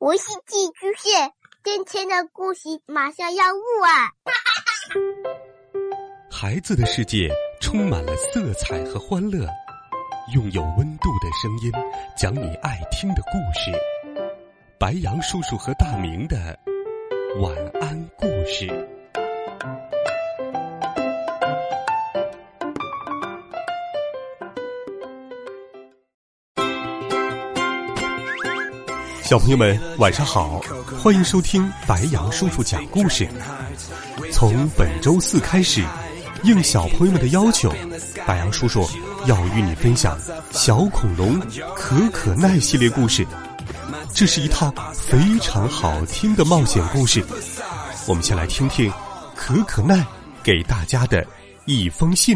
我是寄居蟹，今天的故事马上要录啊！ 孩子的世界充满了色彩和欢乐，用有温度的声音讲你爱听的故事。白杨叔叔和大明的晚安故事。小朋友们晚上好，欢迎收听白杨叔叔讲故事。从本周四开始，应小朋友们的要求，白杨叔叔要与你分享小恐龙可可奈系列故事。这是一套非常好听的冒险故事，我们先来听听可可奈给大家的一封信。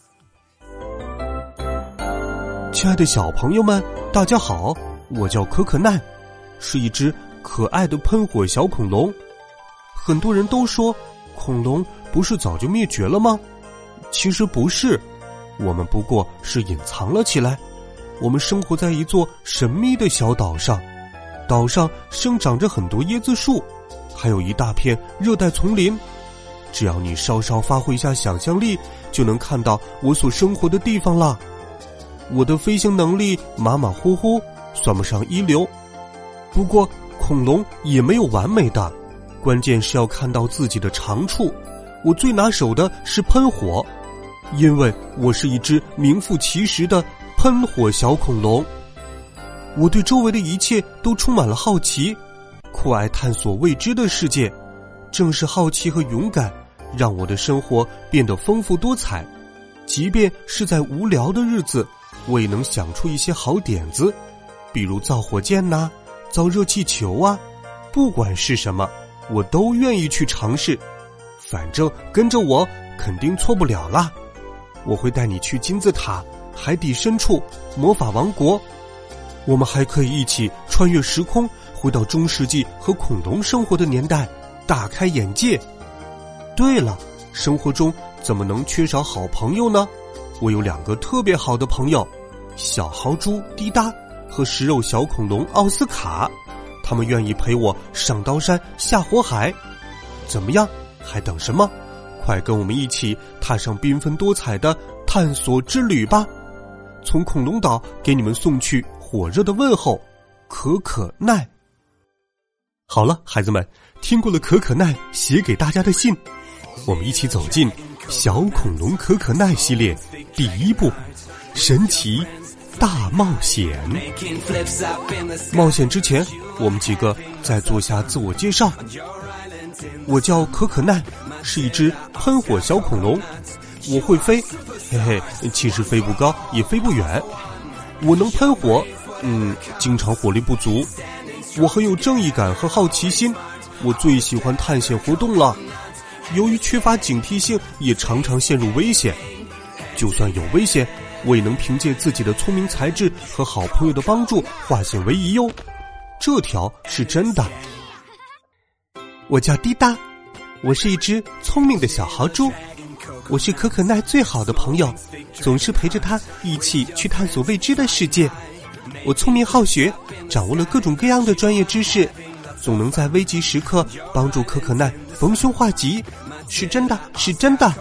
亲爱的小朋友们，大家好，我叫可可奈，是一只可爱的喷火小恐龙。很多人都说恐龙不是早就灭绝了吗？其实不是，我们不过是隐藏了起来。我们生活在一座神秘的小岛上，岛上生长着很多椰子树，还有一大片热带丛林。只要你稍稍发挥一下想象力，就能看到我所生活的地方啦。我的飞行能力马马虎虎，算不上一流。不过恐龙也没有完美的，关键是要看到自己的长处。我最拿手的是喷火，因为我是一只名副其实的喷火小恐龙。我对周围的一切都充满了好奇，酷爱探索未知的世界。正是好奇和勇敢，让我的生活变得丰富多彩。即便是在无聊的日子，我也能想出一些好点子，比如造火箭呐，造热气球啊，不管是什么，我都愿意去尝试。反正跟着我肯定错不了啦。我会带你去金字塔、海底深处、魔法王国。我们还可以一起穿越时空，回到中世纪和恐龙生活的年代，大开眼界。对了，生活中怎么能缺少好朋友呢？我有2个特别好的朋友，小豪猪滴答和食肉小恐龙奥斯卡，他们愿意陪我上刀山下火海。怎么样，还等什么？快跟我们一起踏上缤纷多彩的探索之旅吧！从恐龙岛给你们送去火热的问候，可可奈。好了，孩子们，听过了可可奈写给大家的信，我们一起走进小恐龙可可奈系列第1部神奇大冒险。冒险之前，我们几个再做下自我介绍。我叫可可奈，是一只喷火小恐龙。我会飞，嘿嘿，其实飞不高也飞不远。我能喷火，经常火力不足。我很有正义感和好奇心，我最喜欢探险活动了。由于缺乏警惕性，也常常陷入危险。就算有危险，我也能凭借自己的聪明才智和好朋友的帮助化险为夷哟。这条是真的。我叫滴答，我是一只聪明的小豪猪。我是可可奈最好的朋友，总是陪着他一起去探索未知的世界。我聪明好学，掌握了各种各样的专业知识，总能在危急时刻帮助可可奈逢凶化吉。是真的，是真的。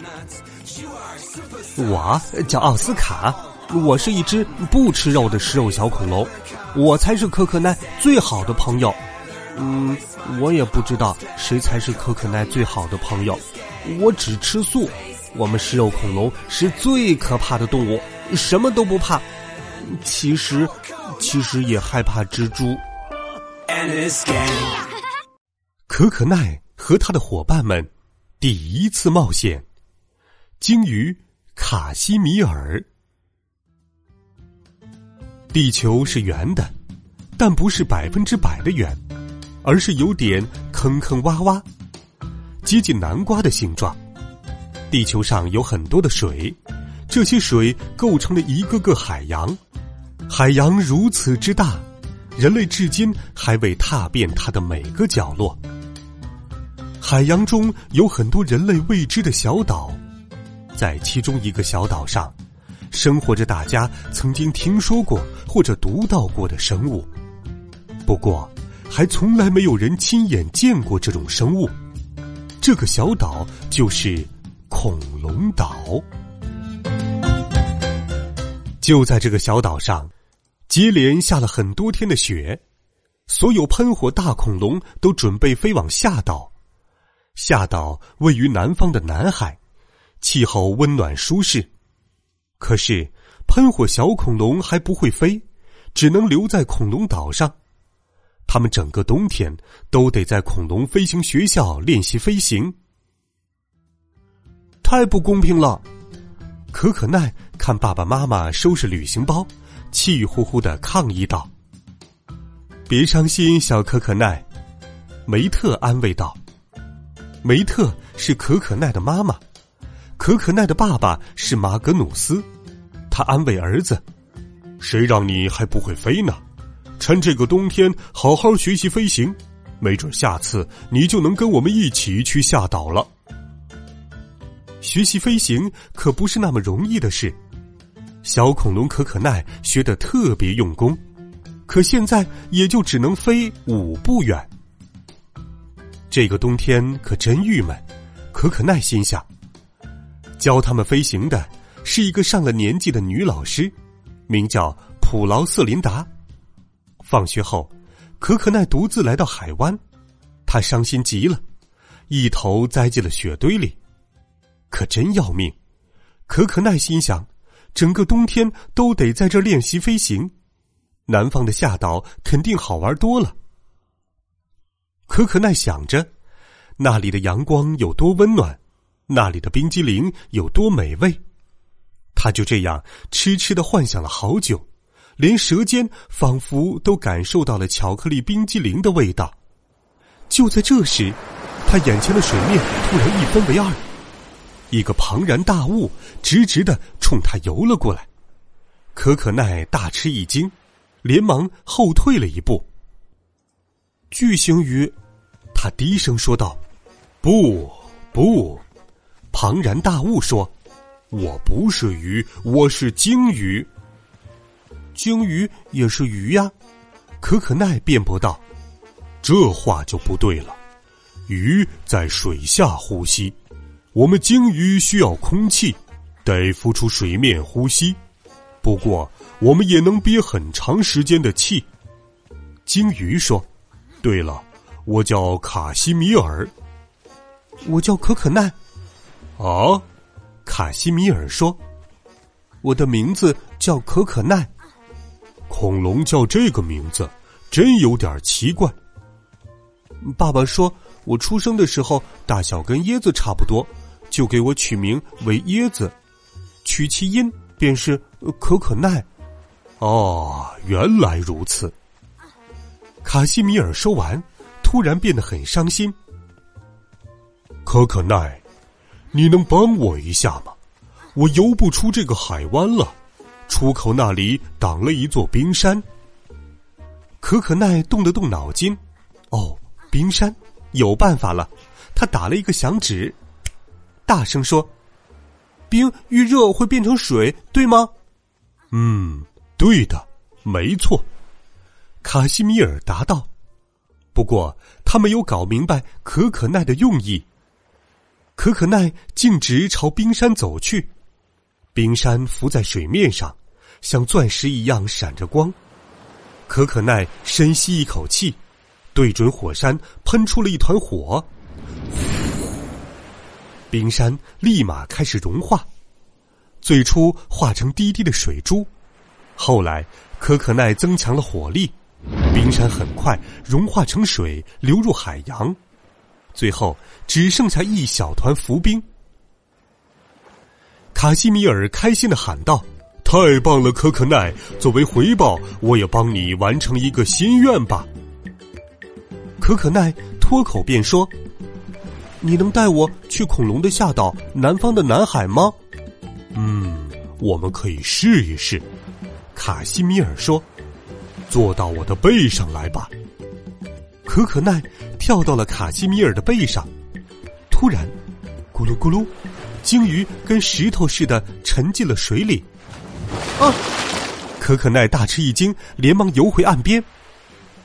我叫奥斯卡，我是一只不吃肉的食肉小恐龙，我才是可可奈最好的朋友。我也不知道谁才是可可奈最好的朋友，我只吃素。我们食肉恐龙是最可怕的动物，什么都不怕，其实也害怕蜘蛛。可可奈和他的伙伴们第1次冒险，鲸鱼卡西米尔。地球是圆的，但不是100%的圆，而是有点坑坑洼洼，接近南瓜的形状。地球上有很多的水，这些水构成了一个个海洋。海洋如此之大，人类至今还未踏遍它的每个角落。海洋中有很多人类未知的小岛，在其中一个小岛上，生活着大家曾经听说过或者读到过的生物。不过还从来没有人亲眼见过这种生物。这个小岛就是恐龙岛。就在这个小岛上，接连下了很多天的雪，所有喷火大恐龙都准备飞往下岛。下岛位于南方的南海，气候温暖舒适。可是喷火小恐龙还不会飞，只能留在恐龙岛上。他们整个冬天都得在恐龙飞行学校练习飞行。太不公平了！可可奈看爸爸妈妈收拾旅行包，气呼呼地抗议道：“别伤心，小可可奈。”梅特安慰道。梅特是可可奈的妈妈，可可奈的爸爸是马格努斯。他安慰儿子：“谁让你还不会飞呢？趁这个冬天好好学习飞行，没准下次你就能跟我们一起去下岛了。”学习飞行可不是那么容易的事，小恐龙可可奈学得特别用功，可现在也就只能飞5步远。这个冬天可真郁闷，可可奈心想。教他们飞行的是一个上了年纪的女老师，名叫普劳瑟琳达。放学后，可可奈独自来到海湾，她伤心极了，一头栽进了雪堆里。可真要命，可可奈心想，整个冬天都得在这儿练习飞行，南方的下岛肯定好玩多了。可可奈想着，那里的阳光有多温暖，那里的冰激凌有多美味。他就这样痴痴地幻想了好久，连舌尖仿佛都感受到了巧克力冰激凌的味道。就在这时，他眼前的水面突然一分为二，一个庞然大物直直地冲他游了过来。可可奈大吃一惊，连忙后退了一步。巨型鱼，他低声说道。不，庞然大物说，我不是鱼，我是鲸鱼。鲸鱼也是鱼呀，可可奈辩驳道。这话就不对了，鱼在水下呼吸，我们鲸鱼需要空气，得浮出水面呼吸，不过我们也能憋很长时间的气。鲸鱼说，对了，我叫卡西米尔。我叫可可奈。啊，卡西米尔说，我的名字叫可可奈。恐龙叫这个名字真有点奇怪。爸爸说我出生的时候大小跟椰子差不多，就给我取名为椰子，取其音便是可可奈。哦，原来如此。卡西米尔说完，突然变得很伤心。可可奈，你能帮我一下吗？我游不出这个海湾了，出口那里挡了一座冰山。可可奈动了动脑筋，哦，冰山，有办法了。他打了一个响指，大声说，冰遇热会变成水，对吗？对的，没错。卡西米尔答道。不过他没有搞明白可可奈的用意。可可奈径直朝冰山走去，冰山浮在水面上，像钻石一样闪着光。可可奈深吸一口气，对准火山喷出了一团火，冰山立马开始融化，最初化成滴滴的水珠，后来可可奈增强了火力，冰山很快融化成水，流入海洋，最后只剩下一小团浮冰。卡西米尔开心地喊道，太棒了，可可奈，作为回报，我也帮你完成一个心愿吧。可可奈脱口便说，你能带我去恐龙的下岛，南方的南海吗？我们可以试一试。卡西米尔说，坐到我的背上来吧。可可奈跳到了卡西米尔的背上，突然咕噜咕噜，鲸鱼跟石头似的沉进了水里。可可奈大吃一惊，连忙游回岸边。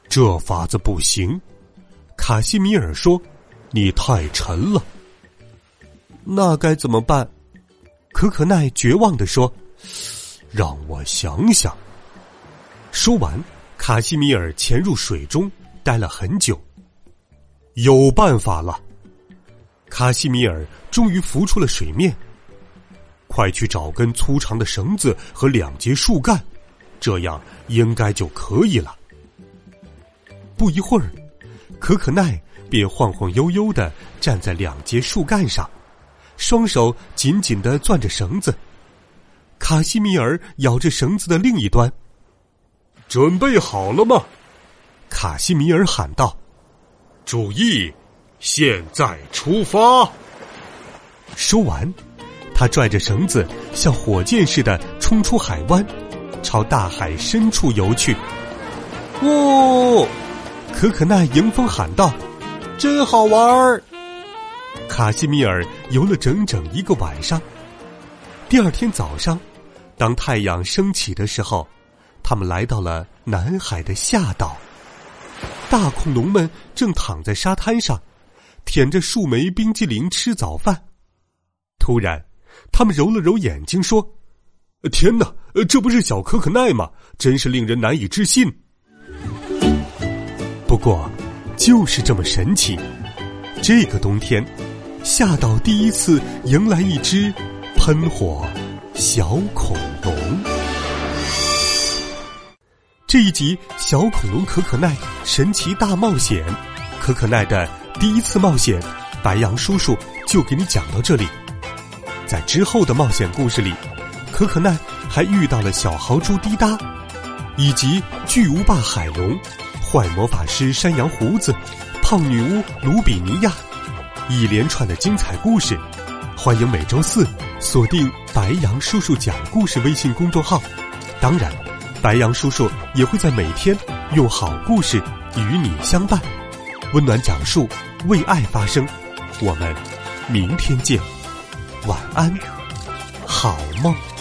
这法子不行，卡西米尔说，你太沉了。那该怎么办？可可奈绝望地说，让我想想。说完，卡西米尔潜入水中，待了很久。有办法了！卡西米尔终于浮出了水面。快去找根粗长的绳子和2节树干，这样应该就可以了。不一会儿，可可奈便晃晃悠悠地站在2节树干上，双手紧紧地攥着绳子。卡西米尔咬着绳子的另一端。准备好了吗？卡西米尔喊道。注意，现在出发！说完，他拽着绳子像火箭似的冲出海湾，朝大海深处游去。哦，可可奈迎风喊道，真好玩！卡西米尔游了整整1个晚上。第2天早上，当太阳升起的时候，他们来到了南海的下岛。大恐龙们正躺在沙滩上，舔着树莓冰激凌吃早饭。突然，他们揉了揉眼睛说，天哪，这不是小可可奈吗？真是令人难以置信。不过，就是这么神奇，这个冬天，下岛第一次迎来一只喷火小恐龙。这一集小恐龙可可奈神奇大冒险，可可奈的第一次冒险，白羊叔叔就给你讲到这里。在之后的冒险故事里，可可奈还遇到了小豪猪滴答，以及巨无霸海龙、坏魔法师山羊胡子、胖女巫卢比尼亚，一连串的精彩故事。欢迎每周4锁定白羊叔叔讲故事微信公众号。当然，白羊叔叔也会在每天用好故事与你相伴，温暖讲述，为爱发声。我们明天见，晚安，好梦。